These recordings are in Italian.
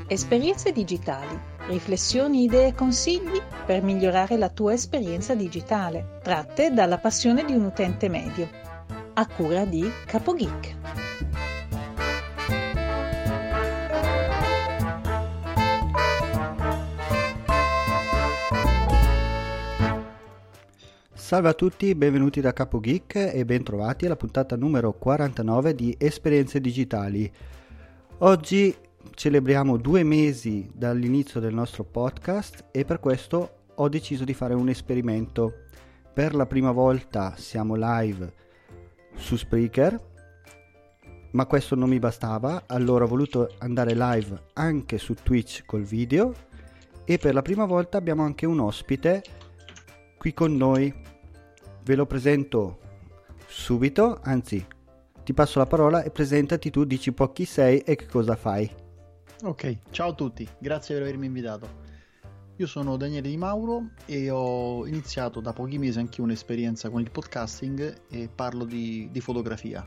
Esperienze digitali, riflessioni, idee e consigli per migliorare la tua esperienza digitale, tratte dalla passione di un utente medio, a cura di CapoGeek. Salve a tutti, benvenuti da CapoGeek e bentrovati alla puntata numero 49 di Esperienze digitali. Oggi celebriamo 2 mesi dall'inizio del nostro podcast e per questo ho deciso di fare un esperimento. Per la prima volta siamo live su Spreaker, ma questo non mi bastava, allora ho voluto andare live anche su Twitch col video e per la prima volta abbiamo anche un ospite qui con noi. Ve lo presento subito, anzi ti passo la parola e presentati tu, dici un po' chi sei e che cosa fai. Ok, ciao a tutti, grazie per avermi invitato. Io sono Daniele Di Mauro e ho iniziato da pochi mesi anche un'esperienza con il podcasting e parlo di fotografia.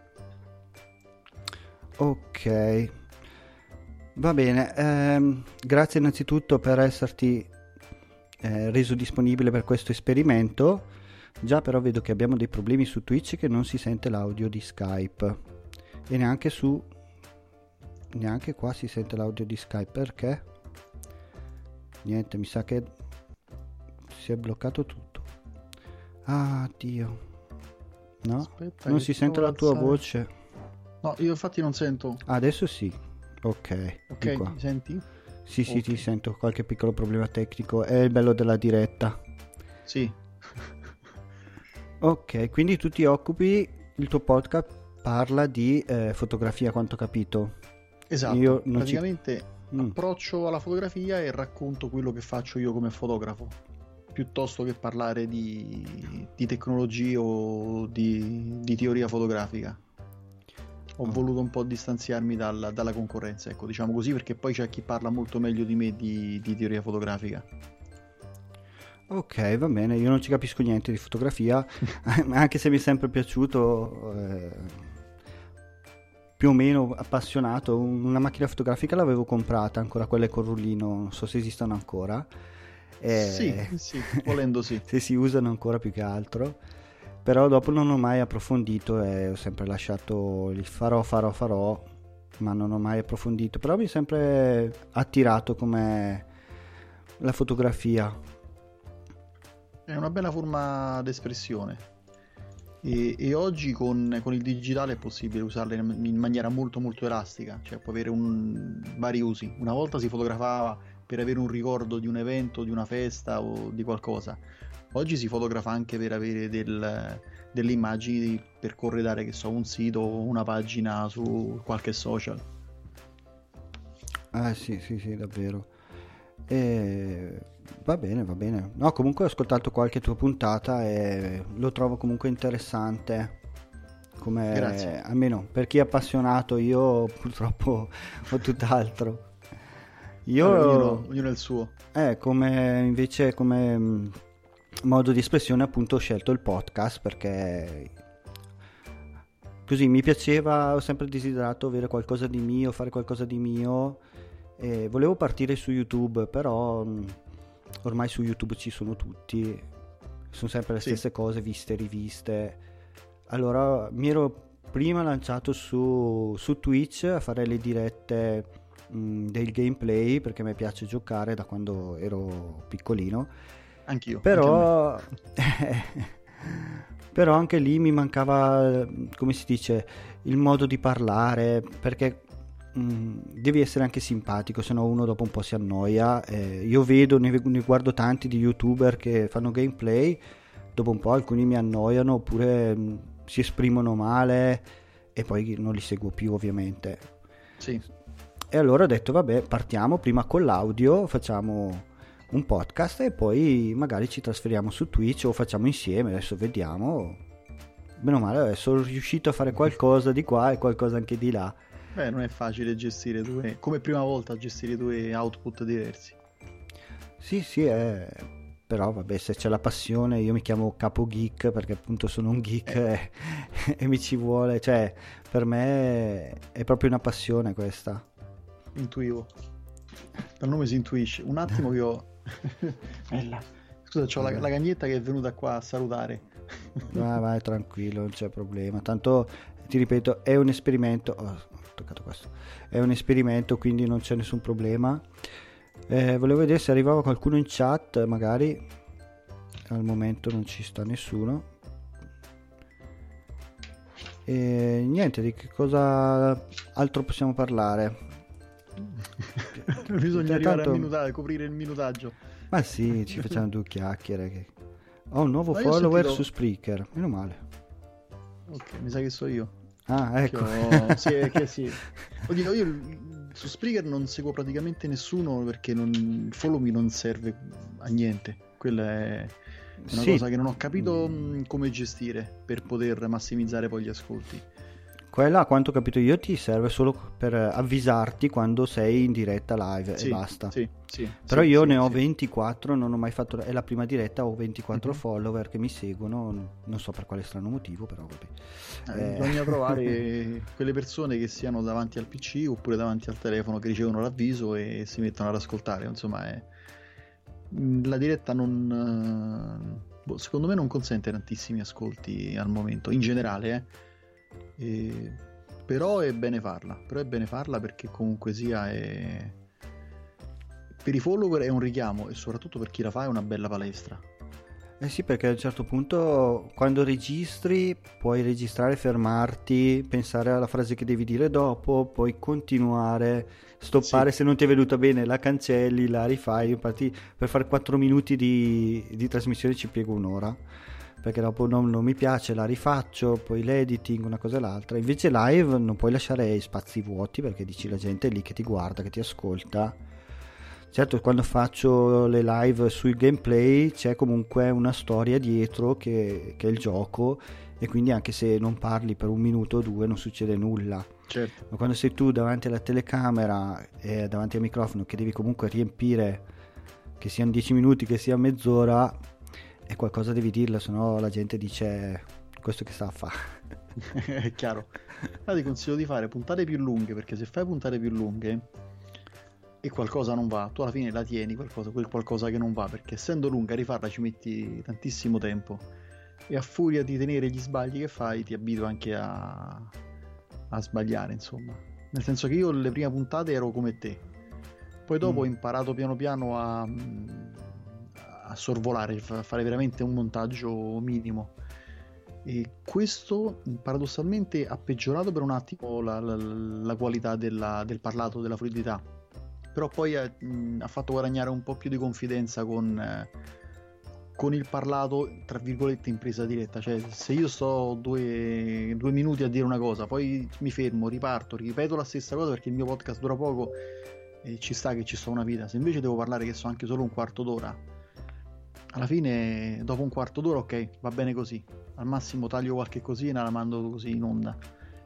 Ok, va bene, grazie innanzitutto per esserti reso disponibile per questo esperimento. Già però vedo che abbiamo dei problemi su Twitch, che non si sente l'audio di Skype e neanche qua si sente l'audio di Skype. Perché? Niente, mi sa che si è bloccato tutto. Ah Dio, no? Aspetta, non si sente la tua voce. No, io infatti non sento. Adesso sì. Ok, mi senti? Sì, Okay. ti sento, qualche piccolo problema tecnico, è il bello della diretta. Sì. Ok, quindi tu ti occupi, il tuo podcast parla di fotografia, quanto ho capito. Esatto, Io non praticamente approccio alla fotografia e racconto quello che faccio io come fotografo, piuttosto che parlare di tecnologie o di teoria fotografica. Ho voluto un po' distanziarmi dalla concorrenza, ecco, diciamo così, perché poi c'è chi parla molto meglio di me di teoria fotografica. Ok, va bene, io non ci capisco niente di fotografia, anche se mi è sempre piaciuto, più o meno appassionato. Una macchina fotografica l'avevo comprata, ancora quelle con rullino, non so se esistono ancora. Sì, volendo sì. Se si usano ancora più che altro. Però dopo non ho mai approfondito e ho sempre lasciato il farò, ma non ho mai approfondito. Però mi è sempre attirato come la fotografia. È una bella forma d'espressione e oggi con il digitale è possibile usarla in maniera molto molto elastica, cioè può avere vari usi. Una volta si fotografava per avere un ricordo di un evento, di una festa o di qualcosa. Oggi si fotografa anche per avere delle immagini per corredare, che so, un sito o una pagina su qualche social. Sì, davvero. Va bene. No, comunque ho ascoltato qualche tua puntata e lo trovo comunque interessante. Grazie. Almeno per chi è appassionato. Io purtroppo ho tutt'altro. Ognuno il suo. Come modo di espressione appunto ho scelto il podcast perché così mi piaceva, ho sempre desiderato avere qualcosa di mio, fare qualcosa di mio e volevo partire su YouTube, però ormai su YouTube ci sono tutti, sono sempre le stesse cose viste e riviste. Allora mi ero prima lanciato su Twitch a fare le dirette del gameplay, perché mi piace giocare da quando ero piccolino. Anch'io. Però però anche lì mi mancava, come si dice, il modo di parlare, perché devi essere anche simpatico, se no uno dopo un po' si annoia. Io vedo, ne guardo tanti di YouTuber che fanno gameplay, dopo un po' alcuni mi annoiano oppure si esprimono male e poi non li seguo più, ovviamente. Sì. E allora ho detto vabbè, partiamo prima con l'audio, facciamo un podcast e poi magari ci trasferiamo su Twitch o facciamo insieme, adesso vediamo. Meno male adesso sono riuscito a fare qualcosa di qua e qualcosa anche di là. Beh, non è facile gestire come prima volta gestire 2 output diversi. Sì, però vabbè, se c'è la passione, io mi chiamo CapoGeek perché appunto sono un geek e mi ci vuole, cioè per me è proprio una passione questa. Intuivo. Dal nome si intuisce. Un attimo che ho... Bella. Scusa, c'ho la cagnetta che è venuta qua a salutare. Vai, tranquillo, non c'è problema. Tanto, ti ripeto, è un esperimento. Ho toccato questo. È un esperimento, quindi non c'è nessun problema. Volevo vedere se arrivava qualcuno in chat, magari. Al momento non ci sta nessuno. E niente, di che cosa altro possiamo parlare? Bisogna arrivare a minutare, coprire il minutaggio. Ma sì, ci facciamo due chiacchiere. Ho un nuovo follower su Spreaker, meno male. Ok, mi sa che so io. Ah, ecco. Sì. Oddio, io su Spreaker non seguo praticamente nessuno perché il follow mi non serve a niente. Quella è una cosa che non ho capito come gestire per poter massimizzare poi gli ascolti. Quella, a quanto ho capito io, ti serve solo per avvisarti quando sei in diretta live e basta. Sì, però io ne ho 24, non ho mai fatto, è la prima diretta, ho 24 follower che mi seguono, non so per quale strano motivo, però vabbè. Bisogna trovare quelle persone che siano davanti al PC oppure davanti al telefono, che ricevono l'avviso e si mettono ad ascoltare. Insomma, la diretta secondo me non consente tantissimi ascolti al momento, in generale, però è bene farla perché comunque sia per i follower è un richiamo e soprattutto per chi la fa è una bella palestra. Sì, perché a un certo punto quando registri puoi registrare, fermarti, pensare alla frase che devi dire dopo, poi continuare, stoppare. Se non ti è venuta bene la cancelli, la rifai. Infatti per fare 4 minuti di trasmissione ci piego un'ora, perché dopo non mi piace, la rifaccio, poi l'editing, una cosa e l'altra. Invece live non puoi lasciare spazi vuoti, perché dici la gente è lì che ti guarda, che ti ascolta. Certo, quando faccio le live sui gameplay c'è comunque una storia dietro che è il gioco, e quindi anche se non parli per 1 minuto o 2 non succede nulla. Certo. Ma quando sei tu davanti alla telecamera e davanti al microfono, che devi comunque riempire, che siano 10 minuti, che sia mezz'ora, e qualcosa devi dirla, sennò la gente dice questo che sta a fare. È chiaro. Allora ti consiglio di fare puntate più lunghe, perché se fai puntate più lunghe e qualcosa non va, tu alla fine la tieni quel qualcosa che non va, perché essendo lunga rifarla ci metti tantissimo tempo e a furia di tenere gli sbagli che fai ti abitui anche a sbagliare, insomma. Nel senso che io le prime puntate ero come te, poi dopo ho imparato piano piano a sorvolare, a fare veramente un montaggio minimo, e questo paradossalmente ha peggiorato per un attimo la qualità del parlato, della fluidità, però poi ha fatto guadagnare un po' più di confidenza con il parlato, tra virgolette, in presa diretta. Cioè, se io sto 2 minuti a dire una cosa, poi mi fermo, riparto, ripeto la stessa cosa perché il mio podcast dura poco e ci sta che ci sto una vita. Se invece devo parlare che so anche solo un quarto d'ora, alla fine dopo un quarto d'ora ok, va bene così, al massimo taglio qualche cosina, la mando così in onda.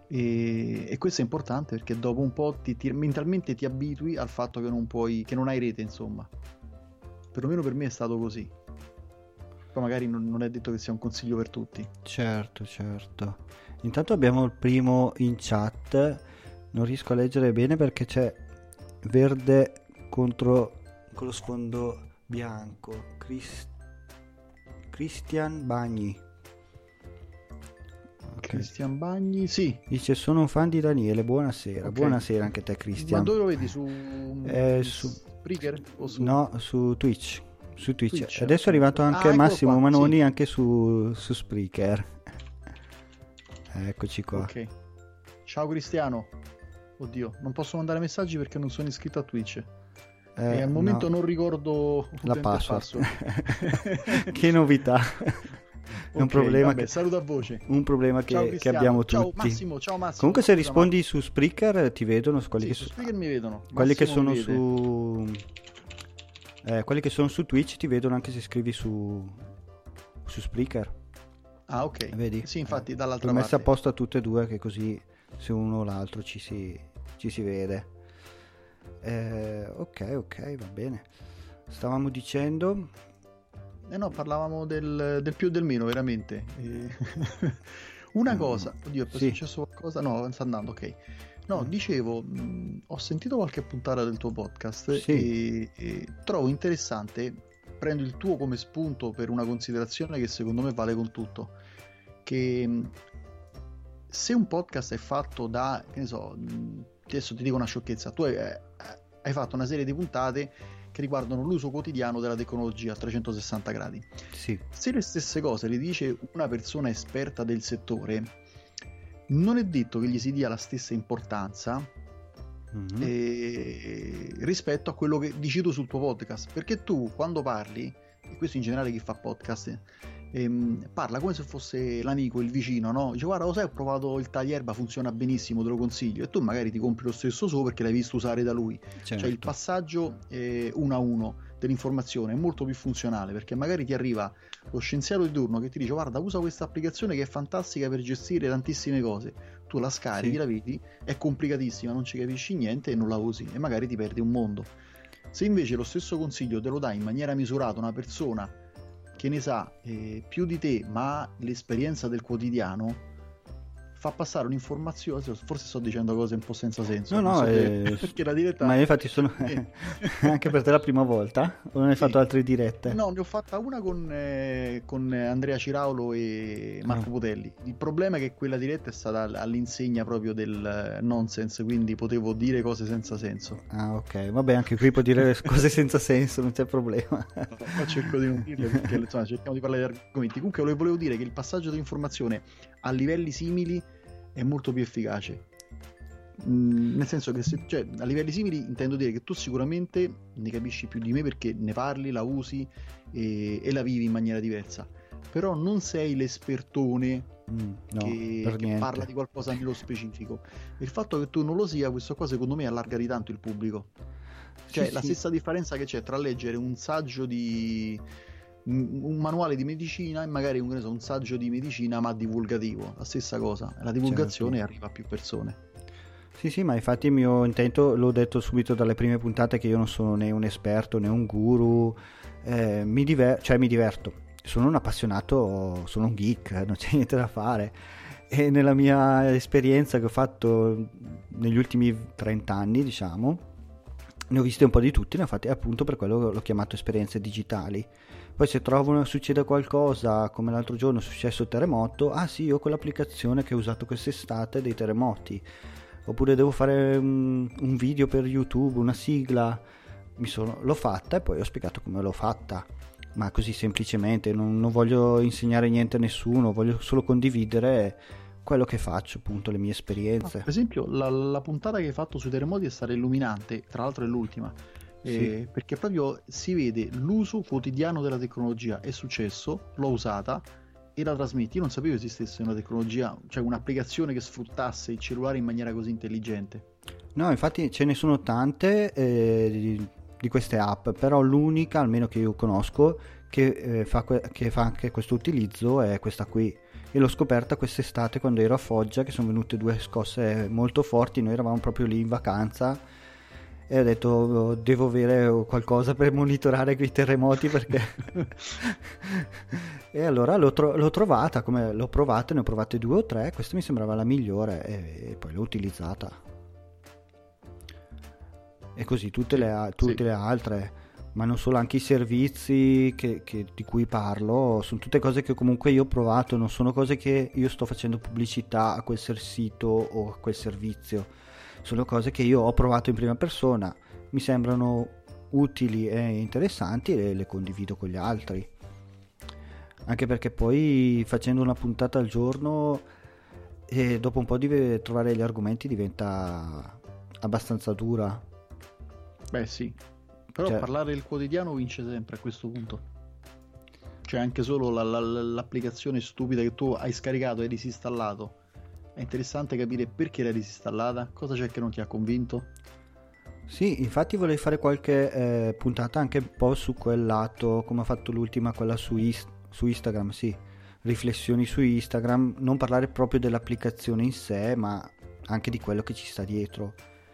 E questo è importante perché dopo un po' mentalmente ti abitui al fatto che non hai rete, insomma. Perlomeno per me è stato così. Poi magari non è detto che sia un consiglio per tutti. Certo. Intanto abbiamo il primo in chat, non riesco a leggere bene perché c'è verde con lo sfondo bianco. Cristian Bagni. Cristian Bagni, sì. Dice: sono un fan di Daniele, buonasera. Okay. Buonasera anche a te, Cristian. Ma dove lo vedi? Su Spreaker? O su... No, su Twitch. Su Twitch. Adesso è arrivato anche Massimo qua, Manoni, sì. Anche su Spreaker. Eccoci qua. Ok. Ciao Cristiano. Oddio, non posso mandare messaggi perché non sono iscritto a Twitch. E al momento non ricordo la password. Che novità. È un problema. Vabbè, saluto a voce. Un problema che abbiamo tutti. Ciao Massimo. Comunque se rispondi su Spreaker ti vedono, quelli che su Spreaker mi vedono. Quelli che sono quelli che sono su Twitch ti vedono anche se scrivi su Spreaker. Ah, ok. Vedi? Sì, infatti dall'altra parte. L'ho messa apposta a tutte e due, che così se uno o l'altro ci si vede. Ok, va bene. Stavamo dicendo no, parlavamo del più e del meno, veramente. Una cosa, oddio, è successo qualcosa? No, sta andando, ok. No, dicevo, ho sentito qualche puntata del tuo podcast Sì. e trovo interessante, prendo il tuo come spunto per una considerazione che secondo me vale con tutto, che se un podcast è fatto da, che ne so, adesso ti dico una sciocchezza, tu hai fatto una serie di puntate che riguardano l'uso quotidiano della tecnologia a 360 gradi. Sì. Se le stesse cose le dice una persona esperta del settore, non è detto che gli si dia la stessa importanza rispetto a quello che dici tu sul tuo podcast, perché tu quando parli, e questo in generale chi fa podcast parla come se fosse l'amico, il vicino, no? Dice guarda, lo sai, ho provato il taglierba, funziona benissimo, te lo consiglio, e tu magari ti compri lo stesso suo perché l'hai visto usare da lui. Certo. Cioè il passaggio uno a uno dell'informazione è molto più funzionale, perché magari ti arriva lo scienziato di turno che ti dice guarda, usa questa applicazione che è fantastica per gestire tantissime cose, tu la scarichi, la vedi, è complicatissima, non ci capisci niente e non la usi e magari ti perdi un mondo. Se invece lo stesso consiglio te lo dà in maniera misurata una persona che ne sa più di te ma ha l'esperienza del quotidiano, fa passare un'informazione, forse sto dicendo cose un po' senza senso. No, perché la diretta... Ma infatti sono anche per te la prima volta? O non hai fatto altre dirette? No, ne ho fatta una con Andrea Ciraulo e Marco Potelli. Il problema è che quella diretta è stata all'insegna proprio del nonsense, quindi potevo dire cose senza senso. Ah, ok, vabbè, anche qui può dire cose senza senso, non c'è problema. No, cerco di non dirle perché insomma, cerchiamo di parlare di argomenti. Comunque volevo dire che il passaggio di informazione a livelli simili è molto più efficace, nel senso che cioè, a livelli simili intendo dire che tu sicuramente ne capisci più di me perché ne parli, la usi e la vivi in maniera diversa, però non sei l'espertone che parla di qualcosa nello specifico. Il fatto che tu non lo sia, questo qua secondo me allarga di tanto il pubblico, cioè la stessa differenza che c'è tra leggere un saggio di un manuale di medicina e magari un saggio di medicina ma divulgativo, la stessa cosa, la divulgazione arriva a più persone. Sì, ma infatti il mio intento, l'ho detto subito dalle prime puntate, che io non sono né un esperto né un guru, mi diverto, sono un appassionato, sono un geek, non c'è niente da fare, e nella mia esperienza che ho fatto negli ultimi 30 anni, diciamo, ne ho viste un po' di tutti, ne ho fatti, appunto per quello l'ho chiamato esperienze digitali. Poi se succede qualcosa, come l'altro giorno è successo il terremoto, ah sì, io ho quell'applicazione che ho usato quest'estate dei terremoti, oppure devo fare un video per YouTube, una sigla, l'ho fatta e poi ho spiegato come l'ho fatta, ma così semplicemente, non voglio insegnare niente a nessuno, voglio solo condividere quello che faccio, appunto, le mie esperienze. Per esempio la puntata che hai fatto sui terremoti è stata illuminante, tra l'altro è l'ultima, perché proprio si vede l'uso quotidiano della tecnologia. È successo, l'ho usata e la trasmetti. Io non sapevo esistesse una tecnologia, cioè un'applicazione che sfruttasse il cellulare in maniera così intelligente. No, infatti ce ne sono tante di queste app, però l'unica, almeno che io conosco, che fa anche questo utilizzo è questa qui, e l'ho scoperta quest'estate quando ero a Foggia, che sono venute due scosse molto forti. Noi eravamo proprio lì in vacanza e ho detto devo avere qualcosa per monitorare quei terremoti, perché e allora l'ho trovata, come l'ho provata, ne ho provate 2 o 3, questa mi sembrava la migliore e poi l'ho utilizzata, e così tutte le altre, ma non solo, anche i servizi di cui parlo sono tutte cose che comunque io ho provato, non sono cose che io sto facendo pubblicità a quel sito o a quel servizio, sono cose che io ho provato in prima persona, mi sembrano utili e interessanti e le condivido con gli altri, anche perché poi facendo una puntata al giorno e dopo un po' di trovare gli argomenti diventa abbastanza dura. Beh sì, però parlare del quotidiano vince sempre a questo punto, cioè anche solo l'applicazione stupida che tu hai scaricato e hai disinstallato, è interessante capire perché l'hai disinstallata, cosa c'è che non ti ha convinto. Sì, infatti vorrei fare qualche puntata anche un po' su quel lato, come ho fatto l'ultima, quella su Instagram, sì, riflessioni su Instagram, non parlare proprio dell'applicazione in sé, ma anche di quello che ci sta dietro.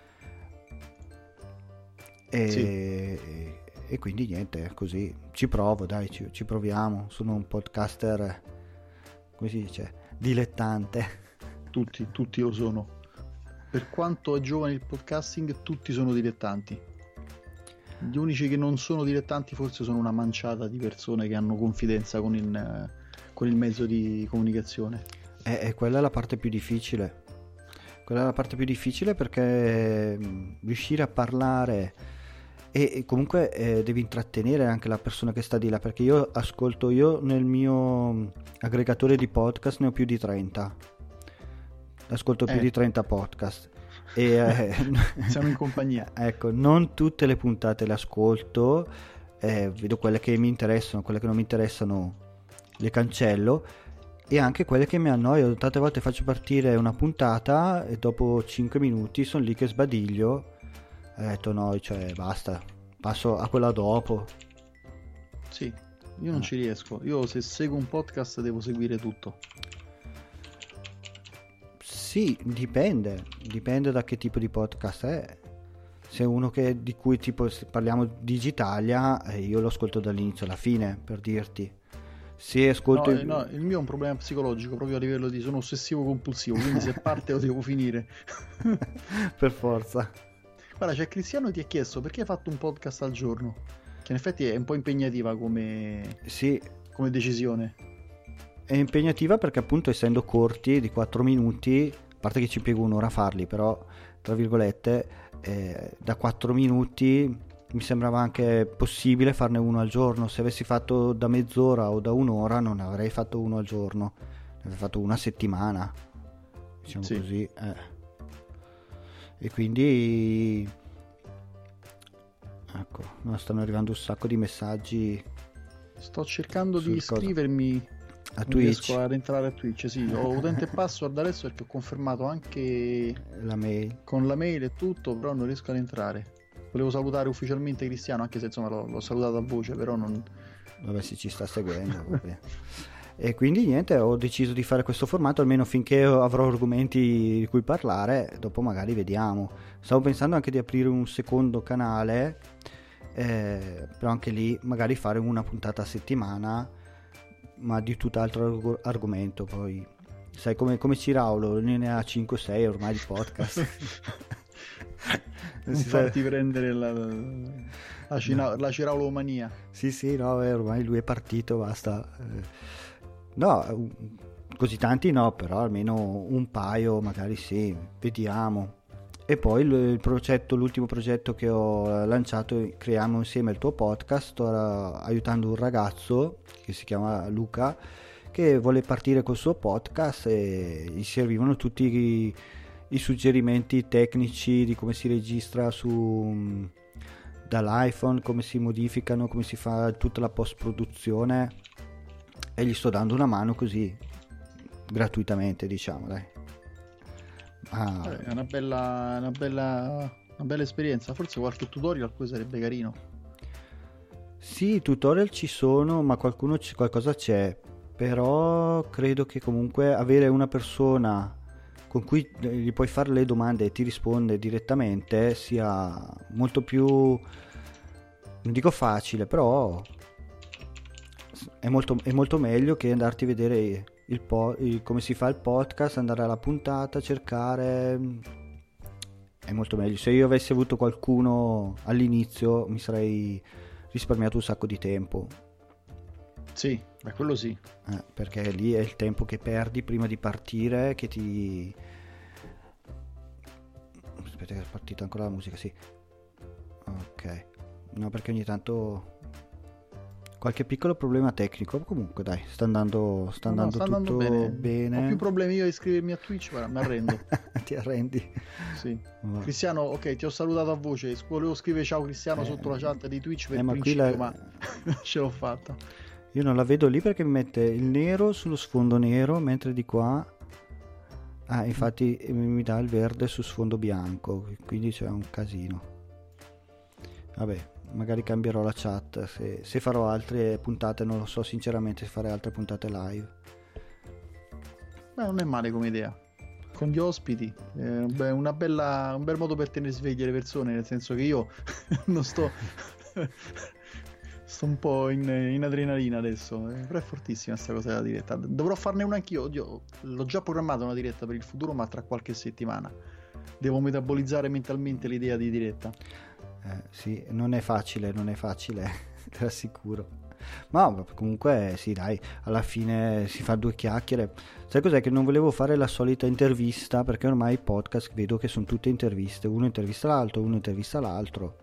E quindi niente, così ci provo, dai, ci proviamo. Sono un podcaster, come si dice, dilettante. Tutti lo sono. per quanto è giovane il podcasting, tutti sono dilettanti. Gli unici che non sono dilettanti forse sono una manciata di persone che hanno confidenza con il mezzo di comunicazione. Quella è la parte più difficile. Quella è la parte più difficile perché riuscire a parlare e comunque devi intrattenere anche la persona che sta di là, perché io nel mio aggregatore di podcast ne ho più di 30. Ascolto più di 30 podcast. Siamo in compagnia. Ecco, non tutte le puntate le ascolto, vedo quelle che mi interessano, quelle che non mi interessano le cancello, e anche quelle che mi annoiano. Tante volte faccio partire una puntata e dopo 5 minuti sono lì che sbadiglio, ho detto no, cioè basta, passo a quella dopo. Sì, io non ci riesco. Io se seguo un podcast devo seguire tutto. Sì, dipende da che tipo di podcast è. Se è uno di cui tipo parliamo Digitalia, io lo ascolto dall'inizio alla fine, per dirti. Se ascolto no, il mio è un problema psicologico, proprio a livello di sono ossessivo compulsivo, quindi se parte lo devo finire. Per forza. Guarda, c'è Cristiano ti ha chiesto perché hai fatto un podcast al giorno, che in effetti è un po' impegnativa come decisione. È impegnativa perché appunto essendo corti di 4 minuti, a parte che ci piego un'ora a farli, però tra virgolette da 4 minuti mi sembrava anche possibile farne uno al giorno. Se avessi fatto da mezz'ora o da un'ora non avrei fatto uno al giorno, ne avrei fatto una a settimana, diciamo sì. Così e quindi ecco, stanno arrivando un sacco di messaggi. Sto cercando di iscrivermi a non Twitch. Riesco ad entrare a Twitch, sì, ho utente e password adesso perché ho confermato anche la mail con la mail e tutto, però non riesco ad entrare. Volevo salutare ufficialmente Cristiano, anche se insomma l'ho salutato a voce, però non... Vabbè, se ci sta seguendo e quindi niente, ho deciso di fare questo formato almeno finché avrò argomenti di cui parlare, dopo magari vediamo. Stavo pensando anche di aprire un secondo canale, però anche lì magari fare una puntata a settimana, ma di tutt'altro argomento. Poi sai come Ciraulo ne ha 5-6 ormai di podcast. Non farti prendere la ciraulomania. Sì, no, ormai lui è partito, basta. No, così tanti no, però almeno un paio magari sì, vediamo. E poi l'ultimo progetto che ho lanciato, Creiamo insieme il tuo podcast, sto aiutando un ragazzo che si chiama Luca, che vuole partire col suo podcast e gli servivano tutti i suggerimenti tecnici di come si registra dall'iPhone, come si modificano, come si fa tutta la post produzione, e gli sto dando una mano così gratuitamente, diciamo, dai. È una bella esperienza. Forse qualche tutorial poi sarebbe carino. Sì, tutorial ci sono, ma qualcosa c'è, però credo che comunque avere una persona con cui gli puoi fare le domande e ti risponde direttamente sia molto più, non dico facile, però è molto meglio che andarti a vedere come si fa il podcast, andare alla puntata, cercare. È molto meglio. Se io avessi avuto qualcuno all'inizio mi sarei risparmiato un sacco di tempo. Sì, ma quello sì. Perché lì è il tempo che perdi prima di partire che ti... Aspetta che è partita ancora la musica, sì. Ok. No, perché ogni tanto qualche piccolo problema tecnico, comunque dai, sta andando tutto bene. Ho più problemi io a iscrivermi a Twitch, guarda, mi arrendo. Ti arrendi? Sì. Cristiano, ok, ti ho salutato a voce, volevo scrivere ciao Cristiano sotto la chat di Twitch per principio, ma ce l'ho fatta. Io non la vedo lì perché mi mette il nero sullo sfondo nero, mentre di qua infatti mi dà il verde su sfondo bianco, quindi c'è un casino. Vabbè, magari cambierò la chat se farò altre puntate, non lo so sinceramente, se farei altre puntate live. Beh, non è male come idea. Con gli ospiti un bel modo per tenere sveglie le persone, nel senso che io non sto un po' in adrenalina adesso, però è fortissima sta cosa della diretta. Dovrò farne una anch'io. Oddio, l'ho già programmata una diretta per il futuro, ma tra qualche settimana. devo metabolizzare mentalmente l'idea di diretta. Sì, non è facile, te l'assicuro. Ma comunque sì, dai, alla fine si fa due chiacchiere. Sai cos'è? Che non volevo fare la solita intervista, perché ormai i podcast vedo che sono tutte interviste, uno intervista l'altro.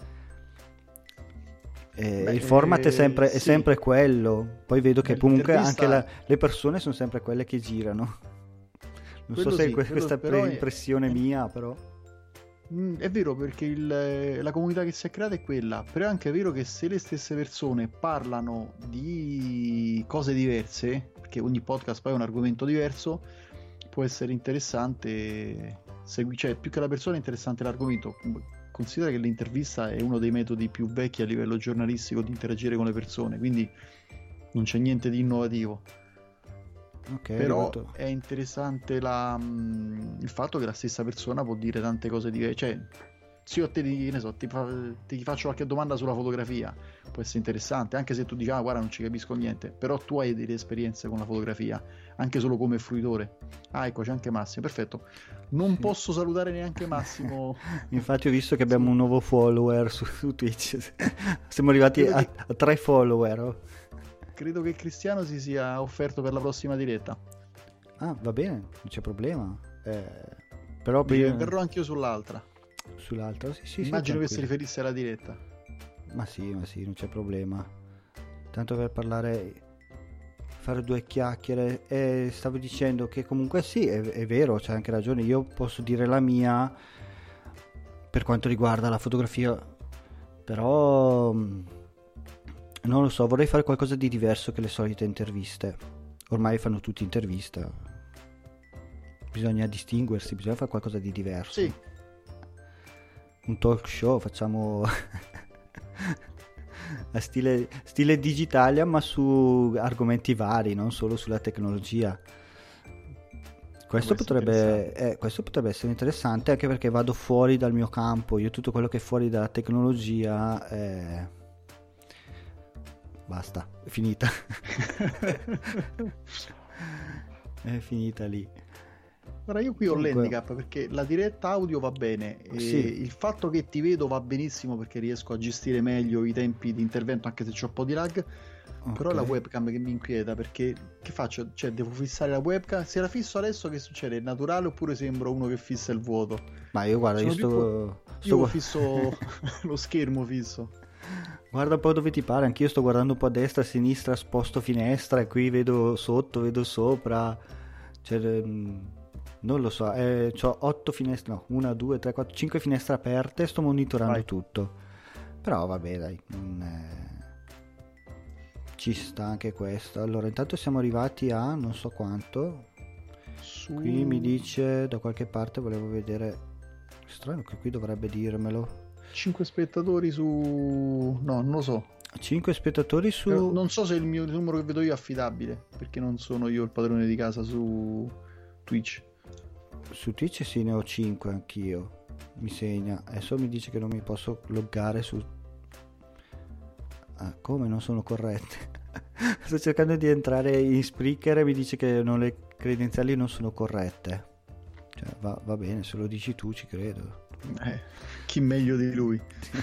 Il format è sempre quello. Poi vedo che comunque anche le persone sono sempre quelle che girano. Non so se questa impressione mia, però è vero, perché la comunità che si è creata è quella, però è anche vero che se le stesse persone parlano di cose diverse, perché ogni podcast poi è un argomento diverso, può essere interessante cioè più che la persona è interessante l'argomento. Considera che l'intervista è uno dei metodi più vecchi a livello giornalistico di interagire con le persone, quindi non c'è niente di innovativo. Okay, però è interessante il fatto che la stessa persona può dire tante cose diverse. Cioè, se io a te ti faccio qualche domanda sulla fotografia, può essere interessante, anche se tu dici guarda non ci capisco niente, però tu hai delle esperienze con la fotografia, anche solo come fruitore. Ecco, c'è anche Massimo, perfetto. Non posso salutare neanche Massimo. Infatti ho visto che abbiamo un nuovo follower su Twitch. Siamo arrivati a 3 follower. Credo che Cristiano si sia offerto per la prossima diretta. Va bene, non c'è problema. Però verrò anch'io sull'altra. Sì, immagino che si riferisse alla diretta. Ma sì, non c'è problema. Tanto per fare due chiacchiere. E stavo dicendo che comunque sì, è vero, c'è anche ragione. Io posso dire la mia per quanto riguarda la fotografia, però non lo so, vorrei fare qualcosa di diverso che le solite interviste. Ormai fanno tutti interviste. Bisogna distinguersi, bisogna fare qualcosa di diverso. Sì. Un talk show, facciamo a stile Digitalia, ma su argomenti vari, non solo sulla tecnologia. Questo potrebbe essere interessante, anche perché vado fuori dal mio campo. Io tutto quello che è fuori dalla tecnologia basta, è finita. È finita lì. Ora io qui ho l'handicap perché la diretta audio va bene e il fatto che ti vedo va benissimo perché riesco a gestire meglio i tempi di intervento anche se c'ho un po' di lag. Però è la webcam che mi inquieta, perché che faccio? Cioè devo fissare la webcam? Se la fisso adesso che succede? È naturale oppure sembro uno che fissa il vuoto? Ma io guarda, io fisso lo schermo fisso. Guarda un po' dove ti pare, anch'io sto guardando un po' a destra, a sinistra, sposto finestra e qui vedo sotto, vedo sopra, cioè non lo so, c'ho 8 finestre, no, 1, 2, 3, 4, 5 finestre aperte, sto monitorando tutto, però vabbè dai, ci sta anche questo. Allora intanto siamo arrivati a non so quanto, qui mi dice da qualche parte, volevo vedere, strano che qui dovrebbe dirmelo. 5 spettatori su... no, non lo so. 5 spettatori su... Però non so se il numero che vedo io è affidabile, perché non sono io il padrone di casa su Twitch. Su Twitch sì, ne ho 5 anch'io. Mi segna. Adesso mi dice che non mi posso loggare su... come non sono corrette? Sto cercando di entrare in Spreaker e mi dice che le credenziali non sono corrette. Cioè va bene, se lo dici tu ci credo. Chi meglio di lui.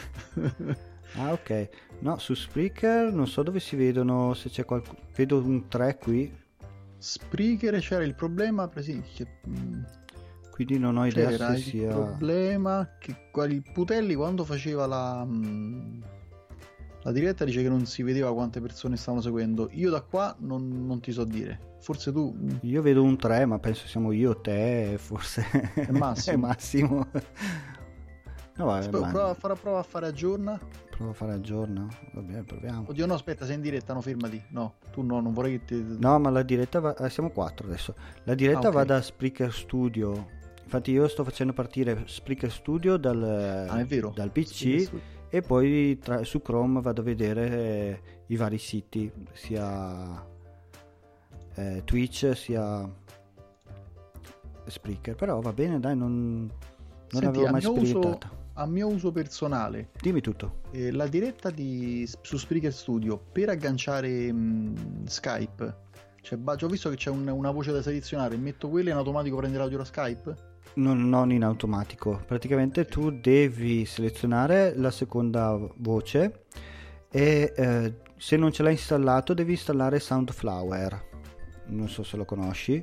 Ok, no, su Spreaker non so dove si vedono, se c'è qualcuno, vedo un 3 qui. Spreaker c'era il problema, quindi non ho idea se sia... il problema che il Putelli quando faceva la diretta dice che non si vedeva quante persone stavano seguendo. Io da qua non ti so dire, forse tu... Io vedo un 3, ma penso siamo io, te, forse è Massimo. È Massimo. No, vabbè, prova a fare aggiorna. Prova a fare aggiorna. Va bene, proviamo. Oddio no, aspetta, sei in diretta, no, fermati. No, tu no, non vorrei che ti... No, ma la diretta va... siamo 4 adesso. La diretta okay. Va da Spreaker Studio. Infatti io sto facendo partire Spreaker Studio dal PC e poi su Chrome vado a vedere i vari siti, sia Twitch sia Spreaker. Però va bene, dai, non avevo mai sperimentato. A mio uso personale, dimmi tutto. La diretta su Spreaker Studio per agganciare Skype Ho visto che c'è una voce da selezionare, metto quella e in automatico prende l'audio da Skype? Non in automatico, praticamente tu devi selezionare la seconda voce e se non ce l'hai installato devi installare Soundflower, non so se lo conosci.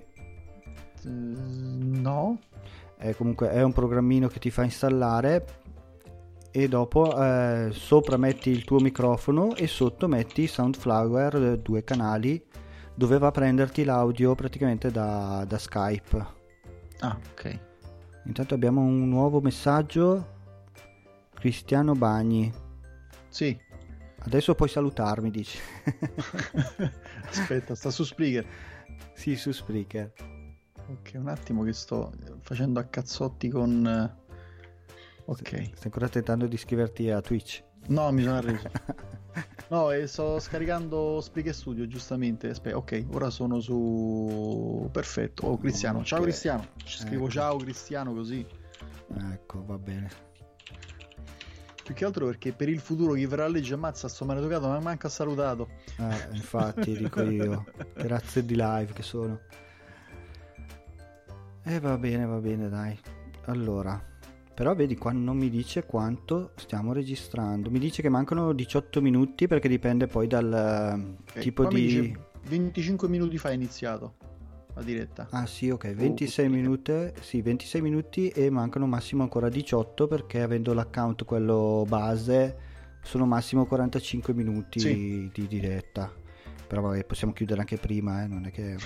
No. Comunque è un programmino che ti fa installare e dopo sopra metti il tuo microfono e sotto metti Soundflower 2 canali dove va a prenderti l'audio praticamente da Skype. Ah, ok. Intanto abbiamo un nuovo messaggio. Cristiano Bagni. Sì. Adesso puoi salutarmi, dici. Aspetta, sta su Spreaker. Sì, su Spreaker. Ok, un attimo che sto facendo a cazzotti con... Ok. Stai ancora tentando di iscriverti a Twitch? No, mi sono arreso. No, sto scaricando Spreaker Studio, giustamente. Aspetta, ok, ora sono su... Perfetto. Oh, Cristiano. Ciao Cristiano. Ci scrivo ciao Cristiano così. Ecco, va bene. Più che altro perché per il futuro chi verrà a legge ammazza sto maleducato, ma manco ha salutato. Infatti, dico io. Grazie di live che sono. Va bene, dai. Allora, però vedi qua non mi dice quanto stiamo registrando. Mi dice che mancano 18 minuti perché dipende poi dal tipo di... Dice 25 minuti fa è iniziato la diretta. Ah sì, ok, 26 minuti, sì, 26 minuti e mancano massimo ancora 18 perché avendo l'account quello base sono massimo 45 minuti di diretta. Però vabbè, possiamo chiudere anche prima, non è che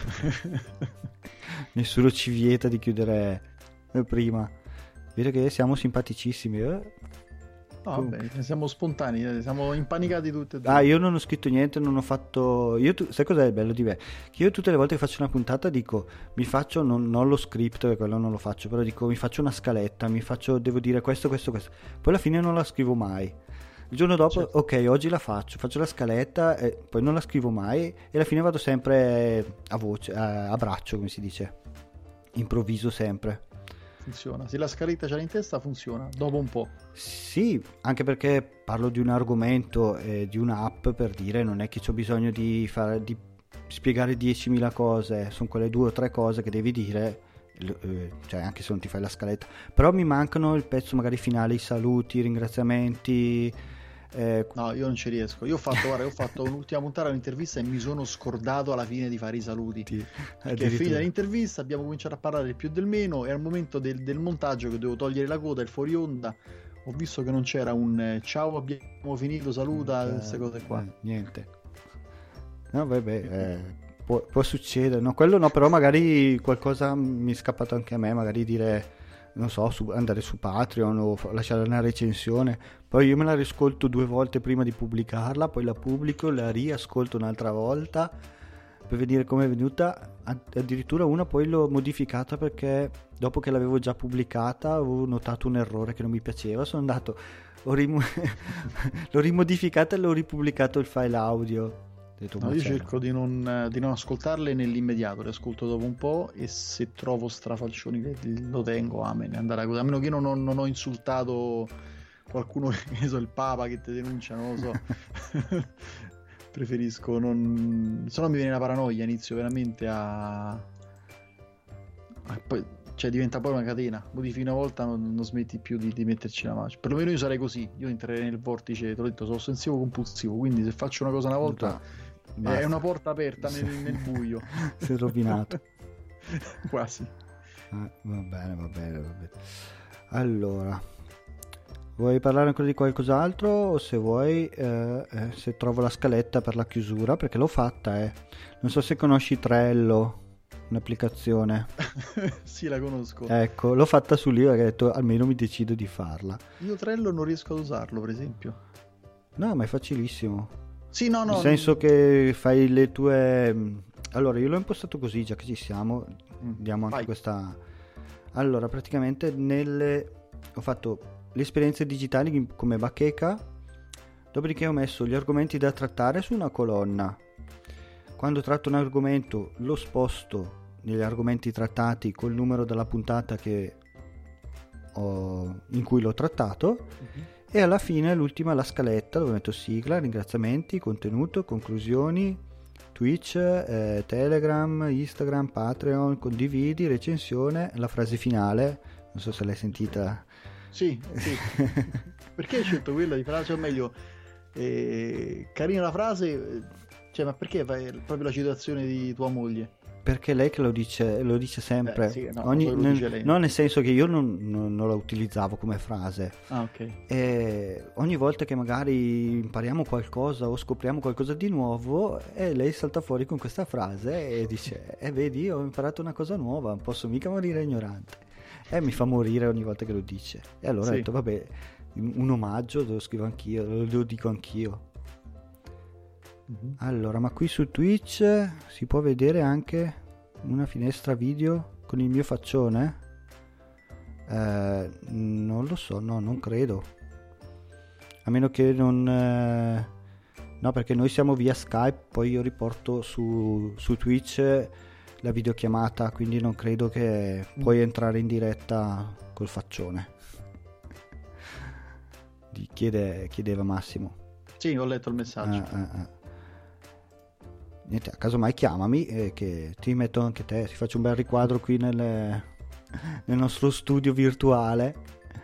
nessuno ci vieta di chiudere prima. Vedo che siamo simpaticissimi. No, vabbè, siamo spontanei, siamo impanicati tutti e due. Ah, io non ho scritto niente, non ho fatto... sai cos'è il bello di me? Che io tutte le volte che faccio una puntata dico, mi faccio, non lo script, perché quello non lo faccio, però dico, mi faccio una scaletta, devo dire questo. Poi alla fine non la scrivo mai. Il giorno dopo, certo. Ok, oggi la faccio la scaletta, e poi non la scrivo mai e alla fine vado sempre a voce, a braccio, come si dice. Improvviso sempre. Funziona, se la scaletta ce l'hai in testa funziona, dopo un po'. Sì, anche perché parlo di un argomento, di un'app, per dire, non è che c'ho bisogno di spiegare 10.000 cose, sono quelle 2 o 3 cose che devi dire, cioè anche se non ti fai la scaletta, però mi mancano il pezzo magari finale, i saluti, i ringraziamenti. No, io non ci riesco. Io ho fatto un'ultima puntata, un'intervista e mi sono scordato alla fine di fare i saluti. Perché è finita l'intervista, abbiamo cominciato a parlare del più del meno e al momento del montaggio che dovevo togliere la coda, il fuori onda, ho visto che non c'era un ciao, abbiamo finito, saluta, queste cose qua. Niente. No, vabbè, può succedere. No, quello no, però magari qualcosa mi è scappato anche a me, magari dire... non so, andare su Patreon o lasciare una recensione, poi io me la riscolto 2 volte prima di pubblicarla, poi la pubblico, la riascolto un'altra volta per vedere come è venuta, addirittura una poi l'ho modificata perché dopo che l'avevo già pubblicata avevo notato un errore che non mi piaceva, sono andato, l'ho rimodificata e l'ho ripubblicato il file audio. No, io cerco di non ascoltarle nell'immediato, le ascolto dopo un po' e se trovo strafalcioni lo tengo, amen, andare a meno che non ho insultato qualcuno, che so, il Papa che ti denuncia, non lo so. Preferisco non, se no mi viene la paranoia, inizio veramente poi, cioè diventa poi una catena, modifichi una volta non smetti più di metterci la mano, perlomeno io sarei così, io entrerei nel vortice, te l'ho detto, sono ossessivo compulsivo, quindi se faccio una cosa una volta è una porta aperta nel buio. Si è rovinato. Quasi. Va bene. Allora, vuoi parlare ancora di qualcos'altro o se vuoi se trovo la scaletta per la chiusura, perché l'ho fatta, non so se conosci Trello, un'applicazione. Sì, la conosco. Ecco, l'ho fatta su lì perché ho detto almeno mi decido di farla. Io Trello non riesco ad usarlo, per esempio. No, ma è facilissimo. Sì, no. Nel senso che fai le tue... Allora, io l'ho impostato così, già che ci siamo, diamo anche questa... Allora, praticamente ho fatto le esperienze digitali come bacheca, dopodiché ho messo gli argomenti da trattare su una colonna. Quando tratto un argomento lo sposto negli argomenti trattati col numero della puntata in cui l'ho trattato, e alla fine l'ultima la scaletta dove metto sigla, ringraziamenti, contenuto, conclusioni, Twitch, Telegram, Instagram, Patreon, condividi, recensione, la frase finale, non so se l'hai sentita. Sì. Perché hai scelto quella di frase, o meglio, carina la frase, cioè, ma perché fai proprio la citazione di tua moglie? Perché lei che lo dice sempre, sì, no, lo dice lei. non nel senso che io non la utilizzavo come frase. Ah, ok. E ogni volta che magari impariamo qualcosa o scopriamo qualcosa di nuovo, lei salta fuori con questa frase e dice: vedi, ho imparato una cosa nuova, non posso mica morire ignorante. E mi fa morire ogni volta che lo dice. E allora ho detto: vabbè, un omaggio lo scrivo anch'io, lo dico anch'io. Allora, ma qui su Twitch si può vedere anche una finestra video con il mio faccione? Non lo so, no, non credo. A meno che non... no, perché noi siamo via Skype, poi io riporto su Twitch la videochiamata, quindi non credo che puoi entrare in diretta col faccione. Chiedeva Massimo. Sì, ho letto il messaggio. Niente, a caso mai chiamami che ti metto anche te, ti faccio un bel riquadro qui nel nostro studio virtuale.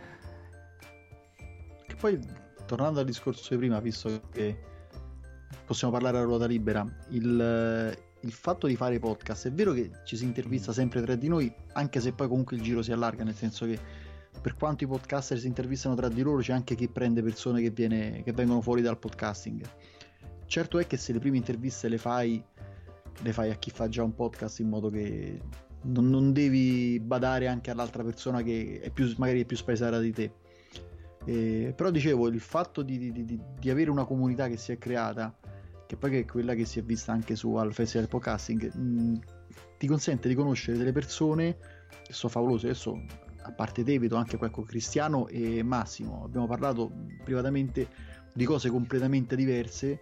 Che poi, tornando al discorso di prima, visto che possiamo parlare a ruota libera, il fatto di fare podcast, è vero che ci si intervista sempre tra di noi, anche se poi comunque il giro si allarga, nel senso che per quanto i podcaster si intervistano tra di loro, c'è anche chi prende persone che vengono fuori dal podcasting. Certo è che se le prime interviste le fai a chi fa già un podcast, in modo che non devi badare anche all'altra persona che magari è più spesata di te. Però dicevo, il fatto di avere una comunità che si è creata, che poi è quella che si è vista anche al Festival Podcasting, ti consente di conoscere delle persone che sono favolose. Adesso, a parte te, vedo anche qua con Cristiano e Massimo, abbiamo parlato privatamente di cose completamente diverse.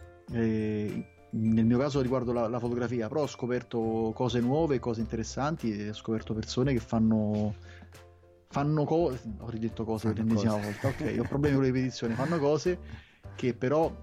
Nel mio caso riguardo la fotografia, però ho scoperto cose nuove, cose interessanti, e ho scoperto persone che fanno cose, ho ridetto cose per l'ennesima volta, ok, ho problemi con le ripetizioni, fanno cose che però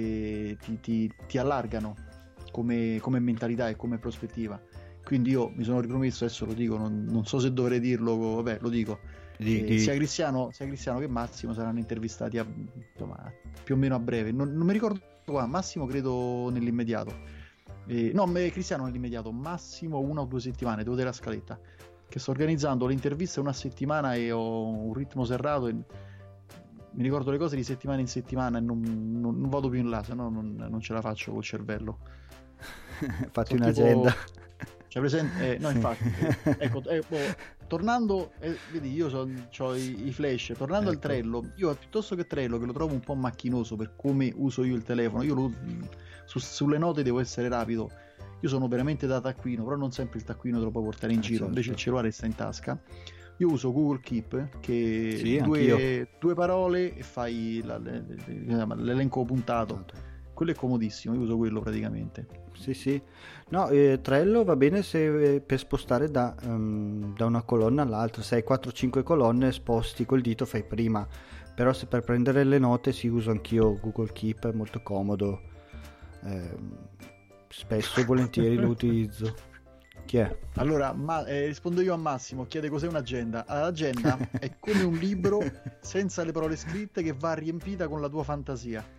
ti allargano come mentalità e come prospettiva. Quindi io mi sono ripromesso, adesso lo dico, non so se dovrei dirlo, vabbè, lo dico, sia Cristiano che Massimo saranno intervistati insomma, più o meno a breve, non mi ricordo qua, Massimo credo nell'immediato, Cristiano nell'immediato, Massimo 1 o 2 settimane, devo vedere la scaletta, che sto organizzando le interviste una settimana e ho un ritmo serrato e mi ricordo le cose di settimana in settimana e non vado più in là, se no non ce la faccio col cervello. Fatti un'agenda. Cioè, presente? No, infatti. Ecco, tornando, vedi, io ho i flash. Tornando al Trello, io piuttosto che Trello, che lo trovo un po' macchinoso per come uso io il telefono, sulle note devo essere rapido. Io sono veramente da taccuino, però non sempre il taccuino te lo puoi portare in giro, certo. Invece il cellulare sta in tasca. Io uso Google Keep, che due parole e fai l'elenco puntato. Quello è comodissimo, io uso quello praticamente. Sì. No, Trello va bene se per spostare da una colonna all'altra. Se hai 4-5 colonne, sposti col dito, fai prima. Però se per prendere le note uso anch'io Google Keep, è molto comodo. Spesso e volentieri lo utilizzo. Chi è? Allora, rispondo io a Massimo, chiede cos'è un'agenda. L'agenda è come un libro senza le parole scritte che va riempita con la tua fantasia.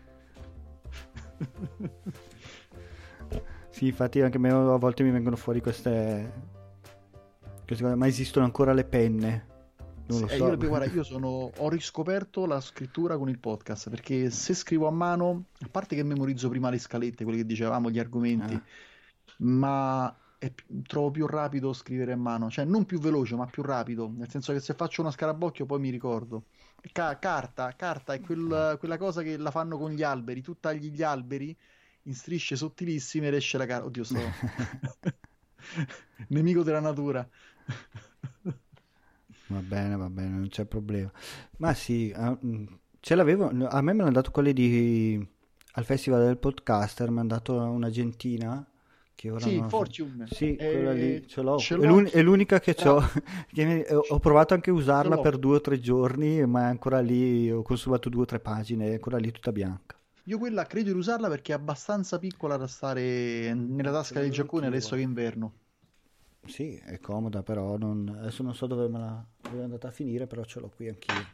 Sì, infatti anche a me a volte mi vengono fuori queste cose, ma esistono ancora le penne? Non lo so. Guarda, ho riscoperto la scrittura con il podcast, perché se scrivo a mano, a parte che memorizzo prima le scalette, quelle che dicevamo, gli argomenti, ma trovo più rapido scrivere a mano, cioè non più veloce ma più rapido, nel senso che se faccio uno scarabocchio poi mi ricordo. Carta è quella cosa che la fanno con gli alberi, tu tagli gli alberi in strisce sottilissime ed esce la carta. Oddio, sto nemico della natura. Va bene, non c'è problema. Ma sì, ce l'avevo, a me me l'hanno dato quelli al Festival del Podcaster, mi hanno dato un'agentina che ora Fortune. Sì, quella lì ce l'ho. È l'unica che ho. Ho provato anche a usarla per 2 o 3 giorni, ma è ancora lì, ho consumato 2 o 3 pagine, è ancora lì tutta bianca. Io quella credo di usarla perché è abbastanza piccola da stare nella Ce tasca del l'avevo giaccone anch'io, adesso che è guarda. inverno. Sì, è comoda, però adesso non so dove è andata a finire, però ce l'ho qui anch'io.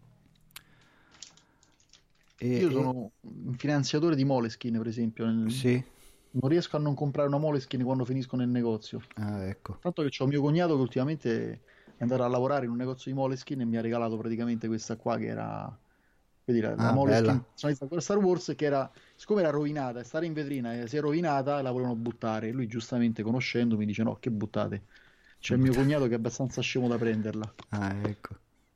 E, Io e sono un finanziatore di Moleskine, per esempio. sì, Non riesco a non comprare una Moleskine quando finisco nel negozio. ah, ecco. Tanto che c'ho mio cognato che ultimamente è andato a lavorare in un negozio di Moleskine e mi ha regalato praticamente questa qua che era, vedi, la Ah, Moleskine bella. personalizzata con Star Wars che era, siccome era rovinata, stare in vetrina si è rovinata e la volevano buttare. E lui giustamente conoscendo mi dice no, che buttate. C'è il mio cognato che è abbastanza scemo da prenderla. Ah, ecco.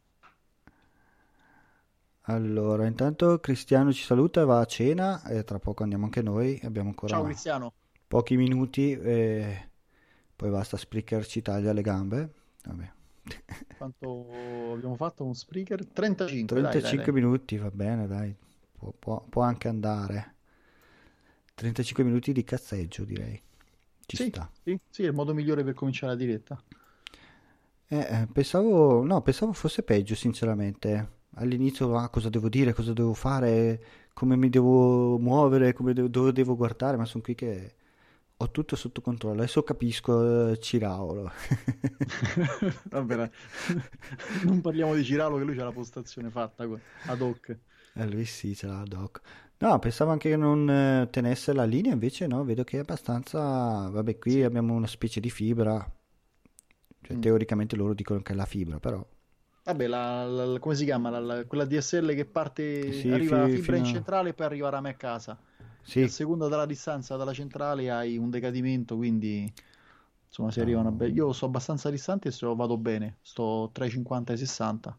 Allora, intanto Cristiano ci saluta e va a cena e tra poco andiamo anche noi. Abbiamo Ciao ancora Cristiano, pochi minuti e poi basta, Spreaker ci taglia le gambe. Vabbè. quanto abbiamo fatto con Spreaker? 35, dai, dai, 35 dai. minuti, va bene, dai. Può anche andare. 35 minuti di cazzeggio, direi. Ci Sì, sta. sì, sì, è il modo migliore per cominciare la diretta. Pensavo, no, pensavo fosse peggio, sinceramente. All'inizio, cosa devo dire, cosa devo fare, come mi devo muovere, dove devo guardare, ma sono qui che ho tutto sotto controllo. Adesso capisco, Ciraulo. Vabbè, dai. Non parliamo di Ciralo che lui c'ha la postazione fatta ad hoc. Lui sì, ce l'ha doc. No, pensavo anche che non tenesse la linea, invece no, vedo che è abbastanza. Vabbè, qui Sì. abbiamo una specie di fibra, cioè Mm. teoricamente loro dicono che è la fibra, però. Vabbè, come si chiama? Quella DSL che parte, Sì, arriva fibra in fino a. centrale e poi arriva a rame a casa. E a Sì, seconda della distanza dalla centrale hai un decadimento, quindi insomma si arrivano a no. Io sto abbastanza distante e vado bene, sto tra i 50 e i 60.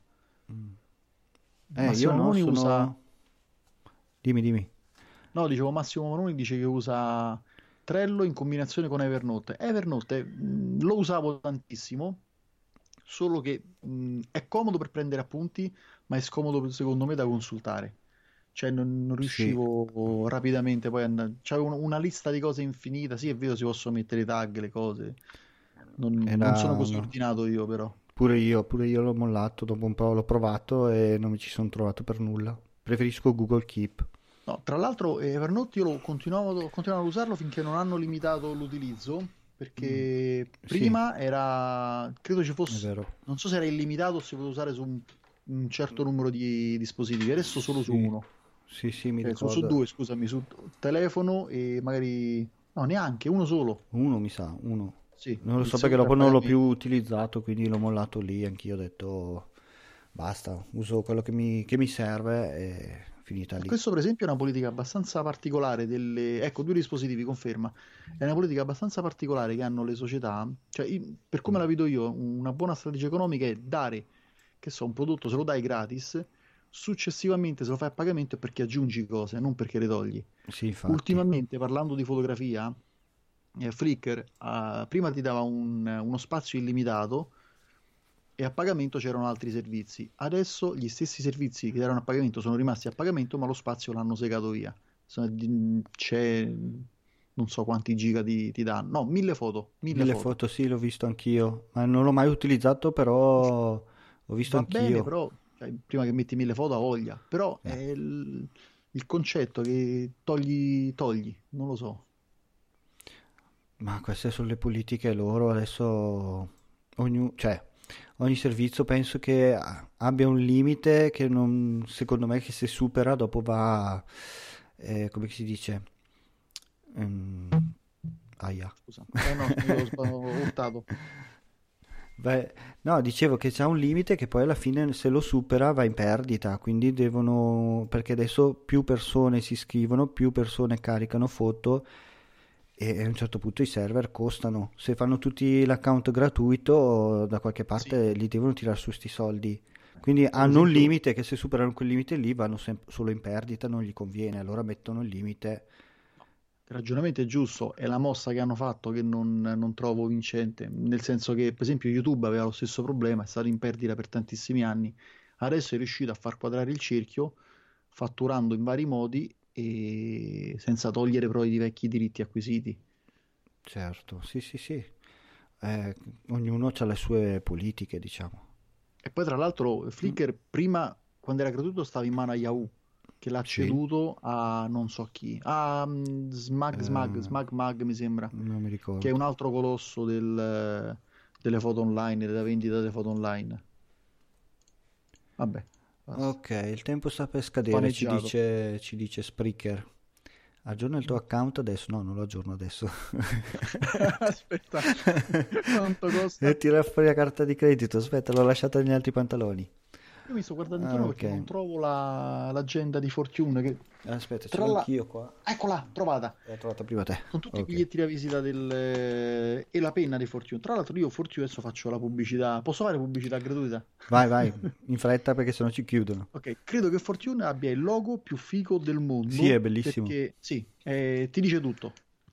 Io Massimo no, Manoni usa. sono. Dimmi, dimmi. No, dicevo Massimo Manoni dice che usa Trello in combinazione con Evernote. Evernote lo usavo tantissimo, solo che è comodo per prendere appunti, ma è scomodo secondo me da consultare. Cioè non Sì, riuscivo rapidamente poi a andare. C'avevo una lista di cose infinita. Sì, è vero, si possono mettere i tag, le cose. Non sono era. così No. ordinato io, però. Pure io l'ho mollato, dopo un po' l'ho provato e non mi ci sono trovato per nulla. Preferisco Google Keep. No, tra l'altro Evernote io continuavo ad usarlo finché non hanno limitato l'utilizzo, perché Sì, prima era, credo ci è fosse, vero. non so se era illimitato o si poteva usare su un certo numero di dispositivi, adesso solo su Sì, uno, sì, sì, mi su ricordo. due, scusami, su telefono e magari, no, neanche, uno solo, Uno mi sa, uno. sì, Non lo il so perché secondo è a dopo non l'ho più pagamento. utilizzato, quindi l'ho mollato lì. Anch'io ho detto basta, uso quello che mi serve e finita lì. Questo per esempio è una politica abbastanza particolare ecco, due dispositivi, conferma. È una politica abbastanza particolare che hanno le società, cioè per come la vedo io, una buona strategia economica è dare, che so, un prodotto se lo dai gratis, successivamente se lo fai a pagamento è perché aggiungi cose, non perché le togli. Sì, infatti. Ultimamente, parlando di fotografia, Flickr prima ti dava uno spazio illimitato e a pagamento c'erano altri servizi. Adesso gli stessi servizi che erano a pagamento sono rimasti a pagamento, ma lo spazio l'hanno segato via. C'è non so quanti giga ti danno. No, 1000 foto, 1000 foto. Foto sì, l'ho visto anch'io, ma non l'ho mai utilizzato, però ho visto Va bene, anch'io. però cioè, prima che metti 1000 foto ha voglia. Però è Eh, il concetto che togli, non lo so. ma queste sono le politiche loro, adesso cioè, ogni servizio penso che abbia un limite che non, secondo me che se supera dopo va, come si dice? Ehm, aia. Scusa. No, io ho urtato. Beh, no, dicevo che c'è un limite che poi alla fine se lo supera va in perdita, quindi devono, perché adesso più persone si iscrivono, più persone caricano foto e a un certo punto i server costano. Se fanno tutti l'account gratuito, da qualche Sì, parte li devono tirare su sti soldi. Quindi per hanno un esempio. limite che se superano quel limite lì vanno solo in perdita, non gli conviene, allora mettono il limite. Il ragionamento è giusto, è la mossa che hanno fatto che non trovo vincente, nel senso che per esempio YouTube aveva lo stesso problema, è stato in perdita per tantissimi anni, adesso è riuscito a far quadrare il cerchio fatturando in vari modi e senza togliere però i vecchi diritti acquisiti. Certo, sì, sì, sì. Eh, ognuno ha le sue politiche, diciamo. E poi tra l'altro Mm. Flickr prima, quando era gratuito, stava in mano a Yahoo, che l'ha Sì. ceduto a non so chi, a Smag Mag mi sembra, Non mi che è ricordo. un altro colosso delle foto online, della vendita delle foto online. Vabbè, basta. Ok, il tempo sta per scadere, Spaneggiato. ci dice Spreaker. Aggiorna il tuo account adesso? No, non lo aggiorno adesso. Aspetta, quanto E costa? tira fuori la carta di credito. Aspetta, l'ho lasciata negli altri pantaloni. Io mi sto guardando Ah, intorno ok. perché non trovo l'agenda di Fortune. Aspetta, ce Tra l'ho la... anch'io qua. Eccola, trovata. L'ho trovata prima te. Con tutti i Ok. biglietti da visita e la penna di Fortune. Tra l'altro io Fortune adesso faccio la pubblicità. Posso fare pubblicità gratuita? Vai, vai, in fretta perché sennò ci chiudono. Ok, credo che Fortune abbia il logo più figo del Sì, è mondo bellissimo. perché sì, ti dice tutto.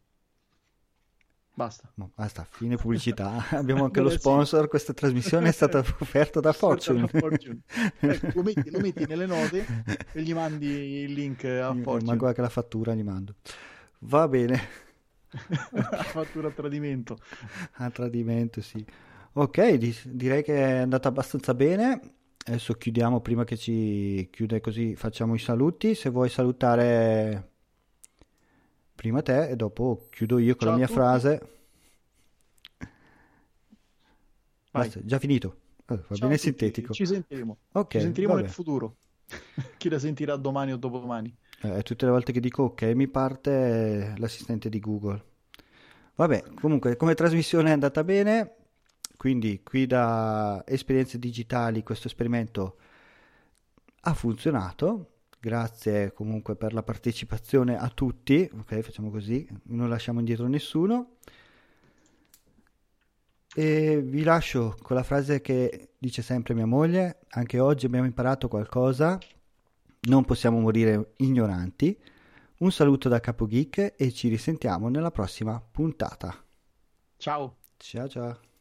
Basta. Basta, fine pubblicità. Abbiamo anche lo Beh, sì. sponsor. Questa trasmissione è stata offerta da Offerta da Fortune. Fortune. Lo metti nelle note e gli mandi il link a Manco Fortune. anche la fattura gli mando. Va bene. La fattura a tradimento. A tradimento, sì. Ok, direi che è andata abbastanza bene. Adesso chiudiamo prima che ci chiude, così facciamo i saluti. Se vuoi salutare prima te e dopo chiudo io con Ciao la a mia tutti. frase. Vai. Basta, già finito. Va Ciao bene a tutti. sintetico. Ci sentiremo. Ok, Ci sentiremo nel vabbè. futuro. Chi la sentirà domani o dopodomani. Tutte le volte che dico ok mi parte l'assistente di Google. Vabbè, comunque come trasmissione è andata bene, quindi qui da Esperienze Digitali questo esperimento ha funzionato. Grazie comunque per la partecipazione a tutti. Ok, facciamo così, non lasciamo indietro nessuno. E vi lascio con la frase che dice sempre mia moglie: anche oggi abbiamo imparato qualcosa, non possiamo morire ignoranti. Un saluto da Capo Geek e ci risentiamo nella prossima puntata. Ciao. Ciao ciao.